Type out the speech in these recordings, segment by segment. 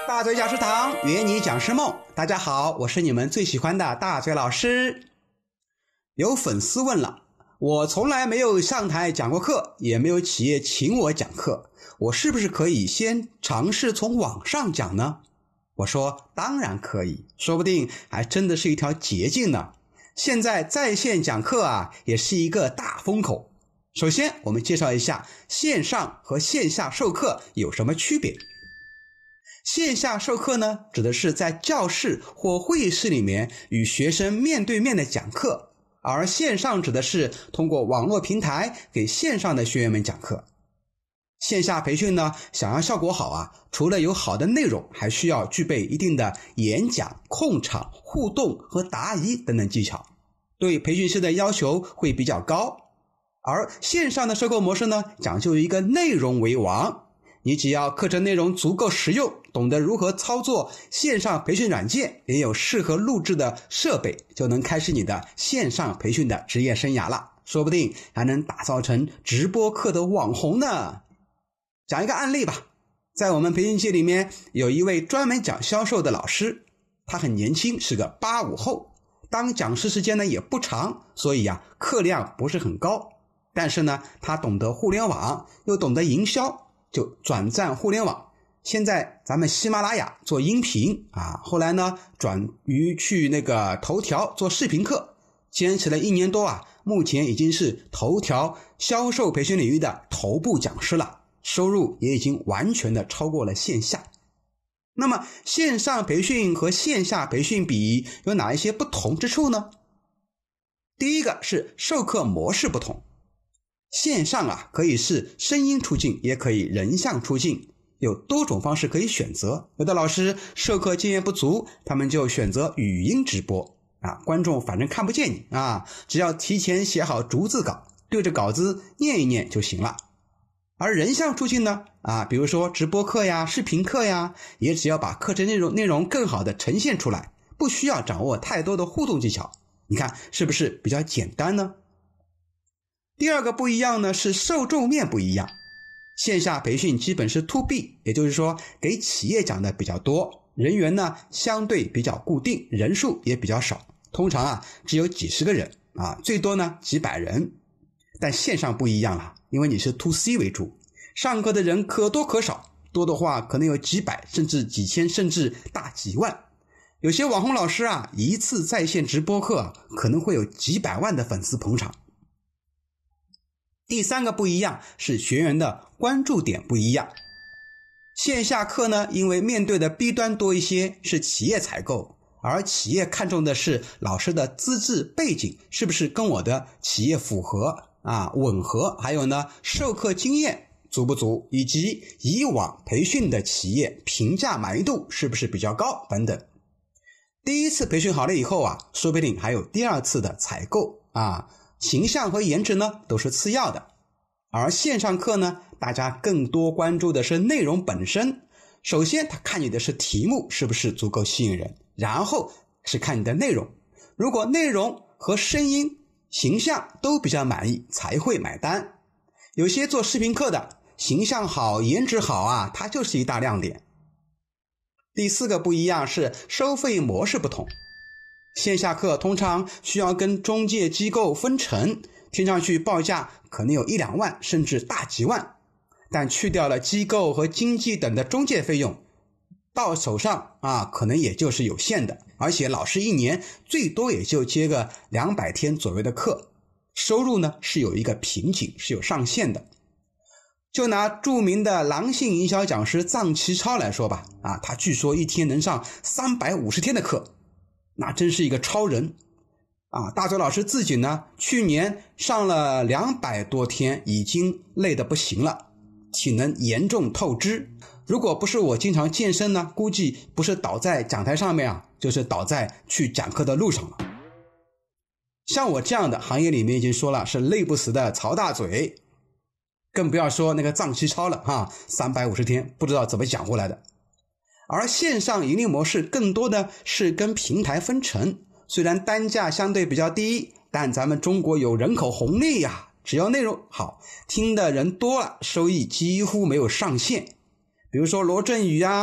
大嘴讲师堂约你讲师梦，大家好，我是你们最喜欢的大嘴老师。有粉丝问了，我从来没有上台讲过课，也没有企业请我讲课，我是不是可以先尝试从网上讲呢？我说当然可以，说不定还真的是一条捷径呢。现在在线讲课啊，也是一个大风口。首先我们介绍一下线上和线下授课有什么区别。线下授课呢，指的是在教室或会议室里面与学生面对面的讲课，而线上指的是通过网络平台给线上的学员们讲课。线下培训呢，想要效果好啊，除了有好的内容，还需要具备一定的演讲、控场、互动和答疑等等技巧，对培训师的要求会比较高。而线上的授课模式呢，讲究一个内容为王，你只要课程内容足够实用，懂得如何操作线上培训软件，也有适合录制的设备，就能开始你的线上培训的职业生涯了，说不定还能打造成直播课的网红呢。讲一个案例吧，在我们培训界里面有一位专门讲销售的老师，他很年轻，是个85后，当讲师时间呢也不长，所以课量不是很高，但是呢他懂得互联网，又懂得营销，就转战互联网。现在咱们喜马拉雅做音频后来呢转于去那个头条做视频课，坚持了1年多目前已经是头条销售培训领域的头部讲师了，收入也已经完全的超过了线下。那么线上培训和线下培训比有哪一些不同之处呢？第一个是授课模式不同，线上可以是声音出镜，也可以人像出镜，有多种方式可以选择。有的老师授课经验不足，他们就选择语音直播观众反正看不见你只要提前写好逐字稿，对着稿子念一念就行了。而人像出镜呢比如说直播课呀、视频课呀，也只要把课程内容更好的呈现出来，不需要掌握太多的互动技巧，你看是不是比较简单呢？第二个不一样呢是受众面不一样。线下培训基本是 to B， 也就是说给企业讲的比较多，人员呢相对比较固定，人数也比较少，通常只有几十个人最多呢几百人。但线上不一样了，因为你是 to C 为主，上课的人可多可少，多的话可能有几百甚至几千甚至大几万。有些网红老师一次在线直播课可能会有几百万的粉丝捧场。第三个不一样是学员的关注点不一样。线下课呢，因为面对的 B 端多一些，是企业采购，而企业看重的是老师的资质背景是不是跟我的企业符合吻合，还有呢授课经验足不足，以及以往培训的企业评价满意度是不是比较高等等。第一次培训好了以后说不定还有第二次的采购形象和颜值呢都是次要的。而线上课呢，大家更多关注的是内容本身，首先他看你的是题目是不是足够吸引人，然后是看你的内容，如果内容和声音形象都比较满意才会买单。有些做视频课的形象好颜值好它就是一大亮点。第四个不一样是收费模式不同。线下课通常需要跟中介机构分成，听上去报价可能有1-2万甚至大几万，但去掉了机构和经纪等的中介费用，到手上可能也就是有限的，而且老师一年最多也就接个200天左右的课，收入呢是有一个瓶颈，是有上限的。就拿著名的狼性营销讲师臧奇超来说吧他据说一天能上350天的课，那真是一个超人大嘴老师自己呢，去年上了200多天，已经累得不行了，体能严重透支。如果不是我经常健身呢，估计不是倒在讲台上面就是倒在去讲课的路上了。像我这样的行业里面已经说了是累不死的曹大嘴，更不要说那个臧奇超了350天不知道怎么讲过来的。而线上盈利模式更多的是跟平台分成，虽然单价相对比较低，但咱们中国有人口红利只要内容好，听的人多了，收益几乎没有上限。比如说罗振宇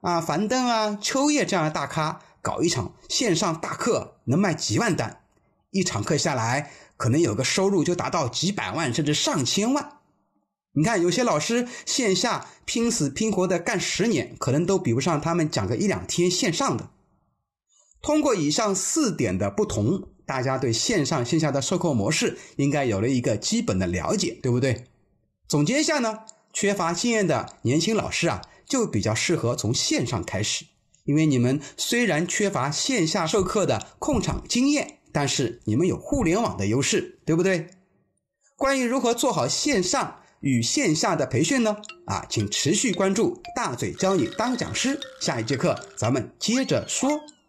樊登秋叶这样的大咖搞一场线上大课能卖几万单，一场课下来可能有个收入就达到几百万甚至上千万。你看有些老师线下拼死拼活的干10年，可能都比不上他们讲个1-2天线上的。通过以上4点的不同，大家对线上线下的授课模式应该有了一个基本的了解，对不对？总结一下呢，缺乏经验的年轻老师就比较适合从线上开始，因为你们虽然缺乏线下授课的控场经验，但是你们有互联网的优势，对不对？关于如何做好线上与线下的培训呢？请持续关注大嘴教你当讲师，下一节课咱们接着说。